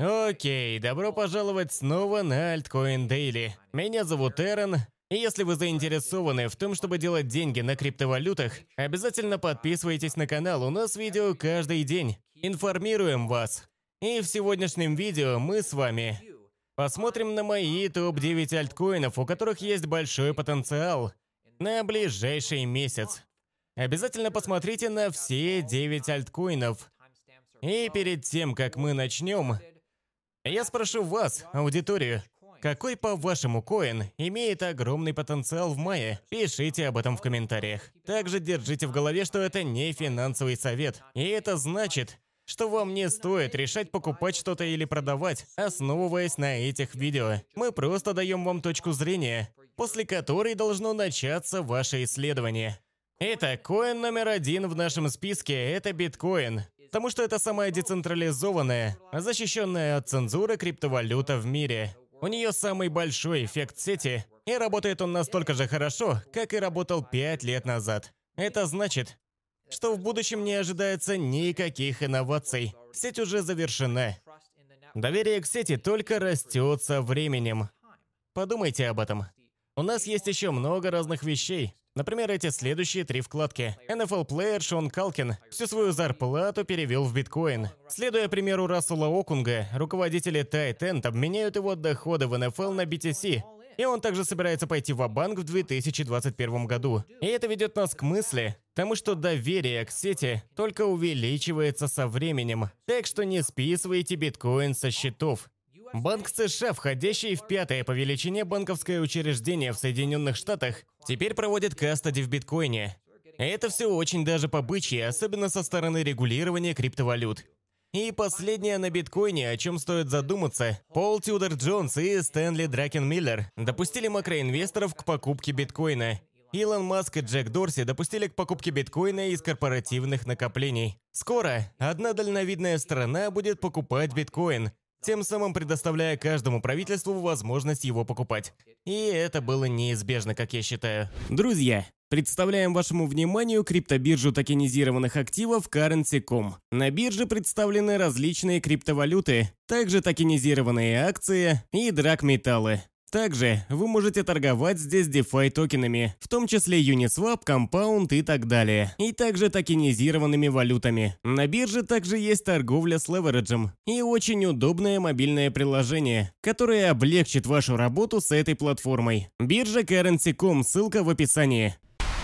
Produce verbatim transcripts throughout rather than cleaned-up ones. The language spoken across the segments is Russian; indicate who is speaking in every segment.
Speaker 1: Окей, добро пожаловать снова на Altcoin Daily. Меня зовут Эрон, и если вы заинтересованы в том, чтобы делать деньги на криптовалютах, обязательно подписывайтесь на канал, у нас видео каждый день. Информируем вас. И в сегодняшнем видео мы с вами посмотрим на мои топ девять альткоинов, у которых есть большой потенциал на ближайший месяц. Обязательно посмотрите на все девять альткоинов. И перед тем, как мы начнем, я спрошу вас, аудиторию, какой, по-вашему, коин имеет огромный потенциал в мае? Пишите об этом в комментариях. Также держите в голове, что это не финансовый совет. И это значит, что вам не стоит решать, покупать что-то или продавать, основываясь на этих видео. Мы просто даем вам точку зрения, после которой должно начаться ваше исследование. Итак, коин номер один в нашем списке – это биткоин. Потому что это самая децентрализованная, защищенная от цензуры криптовалюта в мире. У нее самый большой эффект сети, и работает он настолько же хорошо, как и работал пять лет назад. Это значит, что в будущем не ожидается никаких инноваций. Сеть уже завершена. Доверие к сети только растет со временем. Подумайте об этом. У нас есть еще много разных вещей. Например, эти следующие три вкладки. эн эф эл-плеер Шон Калкин всю свою зарплату перевел в биткоин. Следуя примеру Рассела Окунга, руководители Tight End обменяют его доходы в эн эф эл на би ти си. И он также собирается пойти ва-банк в две тысячи двадцать первом году. И это ведет нас к мысли, тому что доверие к сети только увеличивается со временем. Так что не списывайте биткоин со счетов. Банк США, входящий в пятое по величине банковское учреждение в Соединенных Штатах, теперь проводит кастоди в биткоине. Это все очень даже по-бычьи, особенно со стороны регулирования криптовалют. И последнее на биткоине, о чем стоит задуматься. Пол Тюдор Джонс и Стэнли Дракенмиллер допустили макроинвесторов к покупке биткоина. Илон Маск и Джек Дорси допустили к покупке биткоина из корпоративных накоплений. Скоро одна дальновидная страна будет покупать биткоин, тем самым предоставляя каждому правительству возможность его покупать. И это было неизбежно, как я считаю. Друзья, представляем вашему вниманию криптобиржу токенизированных активов Currency точка ком. На бирже представлены различные криптовалюты, также токенизированные акции и драгметаллы. Также вы можете торговать здесь DeFi токенами, в том числе Uniswap, Compound и так далее. И также токенизированными валютами. На бирже также есть торговля с левереджем и очень удобное мобильное приложение, которое облегчит вашу работу с этой платформой. Биржа Currency точка ком, ссылка в описании.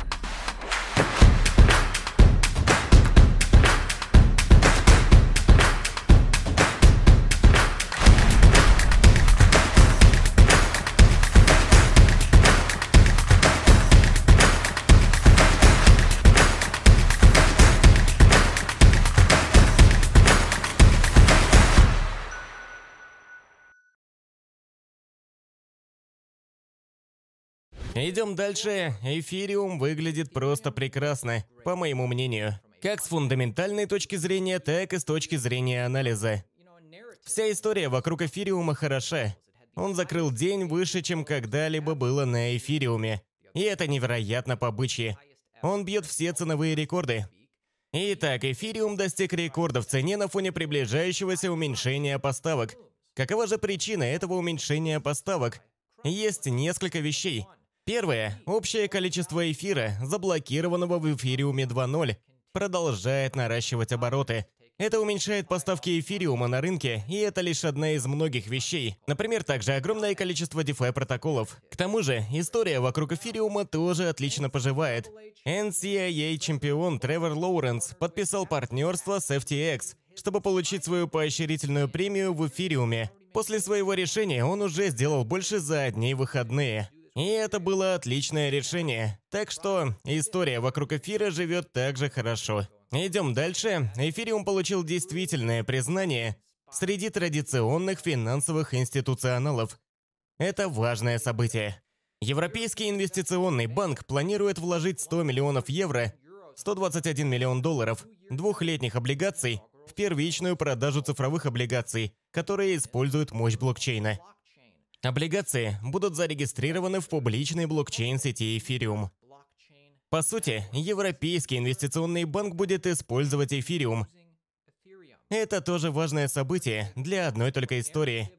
Speaker 1: Идем дальше. Эфириум выглядит просто прекрасно, по моему мнению. Как с фундаментальной точки зрения, так и с точки зрения анализа. Вся история вокруг эфириума хороша. Он закрыл день выше, чем когда-либо было на эфириуме. И это невероятно по-бычьи. Он бьет все ценовые рекорды. Итак, эфириум достиг рекорда в цене на фоне приближающегося уменьшения поставок. Какова же причина этого уменьшения поставок? Есть несколько вещей. Первое. Общее количество эфира, заблокированного в эфириуме два ноль, продолжает наращивать обороты. Это уменьшает поставки эфириума на рынке, и это лишь одна из многих вещей. Например, также огромное количество DeFi протоколов. К тому же, история вокруг эфириума тоже отлично поживает. эн си эй эй-чемпион Тревор Лоуренс подписал партнерство с эф ти экс, чтобы получить свою поощрительную премию в эфириуме. После своего решения он уже сделал больше за одни выходные. И это было отличное решение. Так что история вокруг эфира живет также хорошо. Идем дальше. Эфириум получил действительное признание среди традиционных финансовых институционалов. Это важное событие. Европейский инвестиционный банк планирует вложить сто миллионов евро, сто двадцать один миллион долларов, двухлетних облигаций в первичную продажу цифровых облигаций, которые используют мощь блокчейна. Облигации будут зарегистрированы в публичной блокчейн-сети Ethereum. По сути, Европейский инвестиционный банк будет использовать эфириум Это тоже важное событие для одной только истории.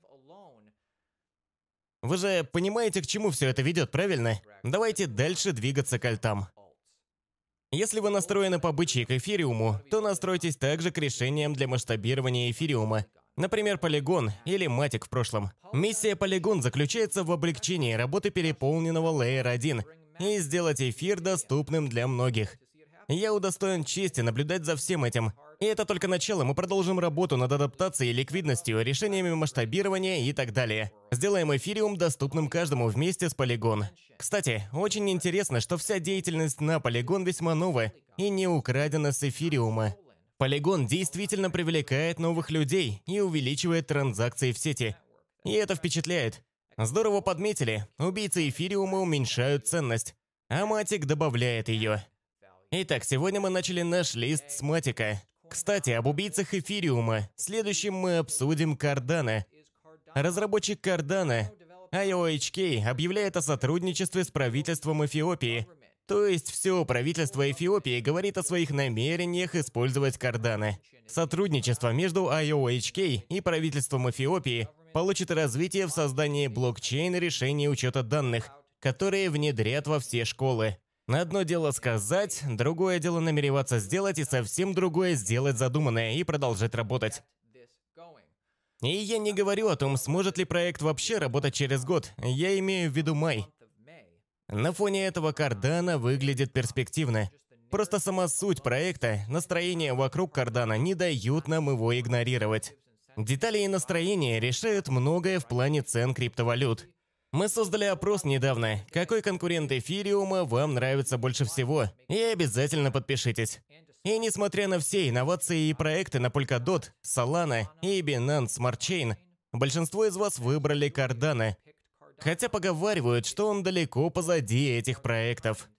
Speaker 1: Вы же понимаете, к чему все это ведет, правильно? Давайте дальше двигаться к альтам. Если вы настроены побычьи к эфириуму, то настройтесь также к решениям для масштабирования эфириума. Например, Polygon или Matic в прошлом. Миссия Polygon заключается в облегчении работы переполненного Layer один и сделать эфир доступным для многих. Я удостоен чести наблюдать за всем этим. И это только начало, мы продолжим работу над адаптацией, ликвидностью, решениями масштабирования и так далее. Сделаем эфириум доступным каждому вместе с Polygon. Кстати, очень интересно, что вся деятельность на Polygon весьма новая и не украдена с эфириума. Polygon действительно привлекает новых людей и увеличивает транзакции в сети. И это впечатляет. Здорово подметили, убийцы эфириума уменьшают ценность, а Matic добавляет ее. Итак, сегодня мы начали наш лист с Матика. Кстати, об убийцах эфириума. Следующим мы обсудим Cardano. Разработчик Cardano, ай о эйч кей, объявляет о сотрудничестве с правительством Эфиопии. То есть все правительство Эфиопии говорит о своих намерениях использовать Cardano. Сотрудничество между ай о эйч кей и правительством Эфиопии получит развитие в создании блокчейн решений учета данных, которые внедрят во все школы. Одно дело сказать, другое дело намереваться сделать и совсем другое сделать задуманное и продолжать работать. И я не говорю о том, сможет ли проект вообще работать через год, я имею в виду май. На фоне этого Cardano выглядит перспективно. Просто сама суть проекта, настроение вокруг Cardano не дают нам его игнорировать. Детали и настроения решают многое в плане цен криптовалют. Мы создали опрос недавно, какой конкурент эфириума вам нравится больше всего, и обязательно подпишитесь. И несмотря на все инновации и проекты на Polkadot, Solana и Binance Smart Chain, большинство из вас выбрали Cardano, хотя поговаривают, что он далеко позади этих проектов.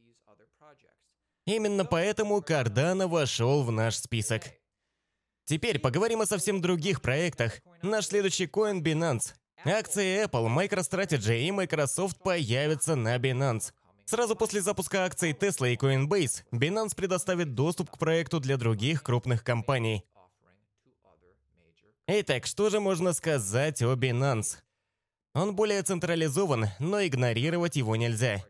Speaker 1: Именно поэтому Cardano вошел в наш список. Теперь поговорим о совсем других проектах. Наш следующий коин Binance. Акции Apple, MicroStrategy и Microsoft появятся на Binance. Сразу после запуска акций Tesla и Coinbase, Binance предоставит доступ к проекту для других крупных компаний. Итак, что же можно сказать о Binance? Он более централизован, но игнорировать его нельзя.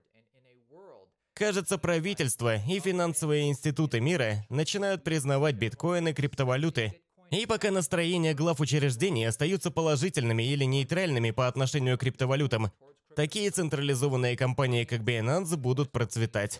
Speaker 1: Кажется, правительства и финансовые институты мира начинают признавать биткоин и криптовалюты. И пока настроения глав учреждений остаются положительными или нейтральными по отношению к криптовалютам, такие централизованные компании, как Binance, будут процветать.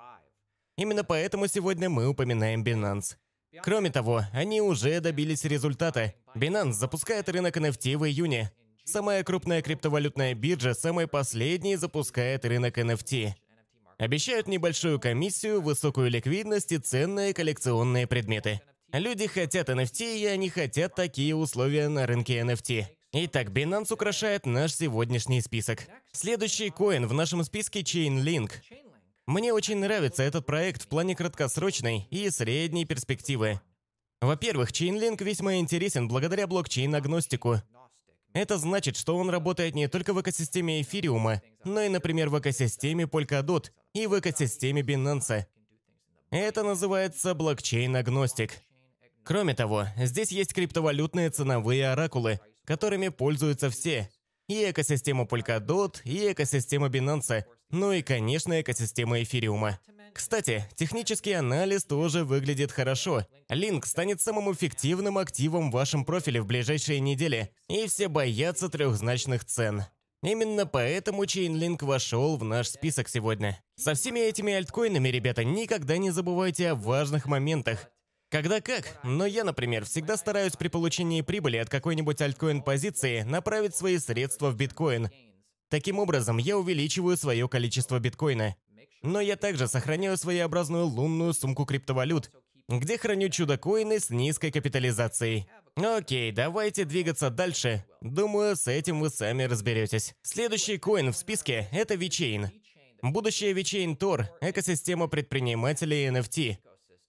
Speaker 1: Именно поэтому сегодня мы упоминаем Binance. Кроме того, они уже добились результата. Binance запускает рынок эн эф ти в июне. Самая крупная криптовалютная биржа, самой последней, запускает рынок эн эф ти. Обещают небольшую комиссию, высокую ликвидность и ценные коллекционные предметы. Люди хотят эн эф ти, и они хотят такие условия на рынке эн эф ти. Итак, Binance украшает наш сегодняшний список. Следующий коин в нашем списке Chainlink. Мне очень нравится этот проект в плане краткосрочной и средней перспективы. Во-первых, Chainlink весьма интересен благодаря блокчейн-агностику. Это значит, что он работает не только в экосистеме эфириума, но и, например, в экосистеме Polkadot и в экосистеме Binance. Это называется блокчейн-агностик. Кроме того, здесь есть криптовалютные ценовые оракулы, которыми пользуются все. И экосистема Polkadot, и экосистема Binance, ну и, конечно, экосистема эфириума. Кстати, технический анализ тоже выглядит хорошо. Link станет самым эффективным активом в вашем профиле в ближайшие недели, и все боятся трехзначных цен. Именно поэтому Chainlink вошел в наш список сегодня. Со всеми этими альткоинами, ребята, никогда не забывайте о важных моментах. Когда как, но я, например, всегда стараюсь при получении прибыли от какой-нибудь альткоин-позиции направить свои средства в биткоин. Таким образом, я увеличиваю свое количество биткоина. Но я также сохраняю своеобразную лунную сумку криптовалют, где храню чудо-коины с низкой капитализацией. Окей, давайте двигаться дальше. Думаю, с этим вы сами разберетесь. Следующий коин в списке – это VeChain. Будущее VeChain Tor – экосистема предпринимателей эн эф ти.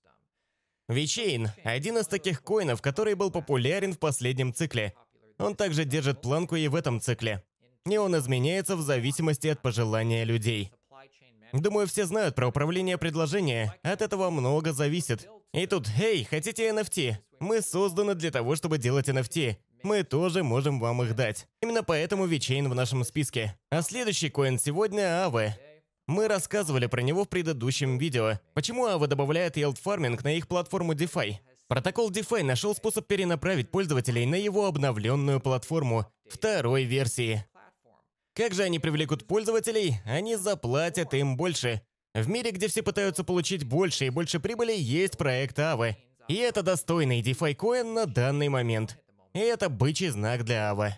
Speaker 1: VeChain – один из таких коинов, который был популярен в последнем цикле. Он также держит планку и в этом цикле. И он изменяется в зависимости от пожелания людей. Думаю, все знают про управление предложения, от этого много зависит. И тут, эй, хотите эн эф ти? Мы созданы для того, чтобы делать эн эф ти. Мы тоже можем вам их дать. Именно поэтому VeChain в нашем списке. А следующий коин сегодня Aave. Мы рассказывали про него в предыдущем видео. Почему Aave добавляет yield farming на их платформу DeFi? Протокол DeFi нашел способ перенаправить пользователей на его обновленную платформу второй версии. Как же они привлекут пользователей? Они заплатят им больше. В мире, где все пытаются получить больше и больше прибыли, есть проект Aave. И это достойный DeFi коин на данный момент. И это бычий знак для Aave.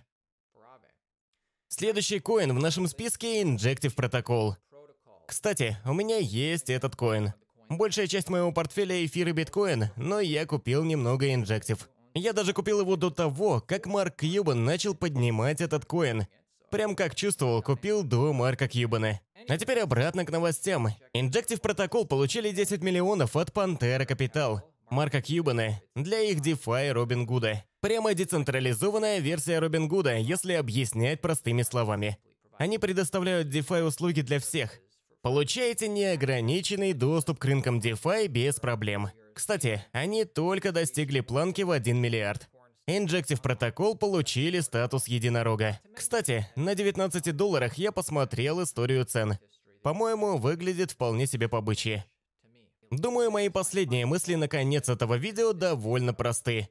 Speaker 1: Следующий коин в нашем списке – Injective Protocol. Кстати, у меня есть этот коин. Большая часть моего портфеля эфир и биткоин, но я купил немного Injective. Я даже купил его до того, как Марк Кьюбан начал поднимать этот коин. Прям как чувствовал, купил до Марка Кьюбана. А теперь обратно к новостям. Injective Protocol получили десять миллионов от Pantera Capital, Марка Кьюбана, для их DeFi Robinhood. Прямо децентрализованная версия Robinhood, если объяснять простыми словами. Они предоставляют DeFi услуги для всех. Получаете неограниченный доступ к рынкам DeFi без проблем. Кстати, они только достигли планки в один миллиард. Injective Protocol получили статус единорога. Кстати, на девятнадцати долларах я посмотрел историю цен. По-моему, выглядит вполне себе по-бычьи. Думаю, мои последние мысли на конец этого видео довольно просты.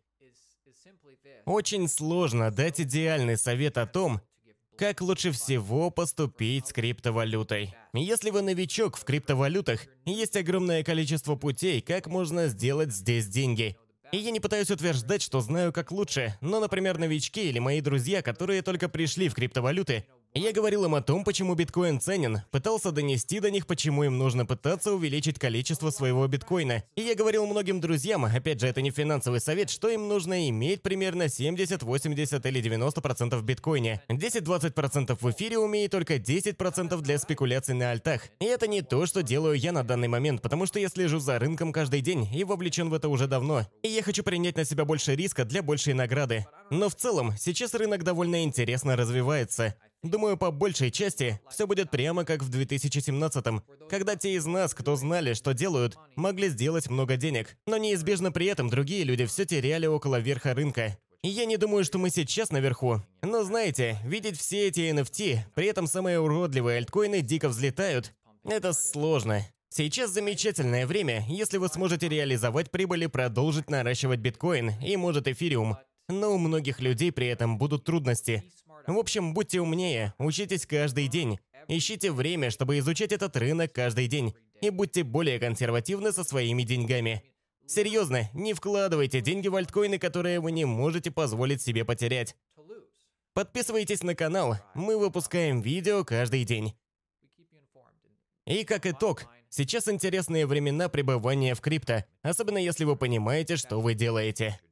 Speaker 1: Очень сложно дать идеальный совет о том, как лучше всего поступить с криптовалютой. Если вы новичок в криптовалютах, есть огромное количество путей, как можно сделать здесь деньги. И я не пытаюсь утверждать, что знаю как лучше, но, например, новички или мои друзья, которые только пришли в криптовалюты, я говорил им о том, почему биткоин ценен, пытался донести до них, почему им нужно пытаться увеличить количество своего биткоина. И я говорил многим друзьям, опять же, это не финансовый совет, что им нужно иметь примерно семьдесят, восемьдесят или девяносто процентов в биткоине, десять-двадцать процентов в эфириуме и только десять процентов для спекуляций на альтах. И это не то, что делаю я на данный момент, потому что я слежу за рынком каждый день и вовлечен в это уже давно. И я хочу принять на себя больше риска для большей награды. Но в целом, сейчас рынок довольно интересно развивается. Думаю, по большей части, все будет прямо как в две тысячи семнадцатом, когда те из нас, кто знали, что делают, могли сделать много денег, но неизбежно при этом другие люди все теряли около верха рынка. И я не думаю, что мы сейчас наверху. Но знаете, видеть все эти эн эф ти, при этом самые уродливые альткоины дико взлетают, это сложно. Сейчас замечательное время, если вы сможете реализовать прибыль и продолжить наращивать биткоин и, может, эфириум. Но у многих людей при этом будут трудности. В общем, будьте умнее, учитесь каждый день. Ищите время, чтобы изучать этот рынок каждый день. И будьте более консервативны со своими деньгами. Серьезно, не вкладывайте деньги в альткоины, которые вы не можете позволить себе потерять. Подписывайтесь на канал, мы выпускаем видео каждый день. И как итог, сейчас интересные времена пребывания в крипто, особенно если вы понимаете, что вы делаете.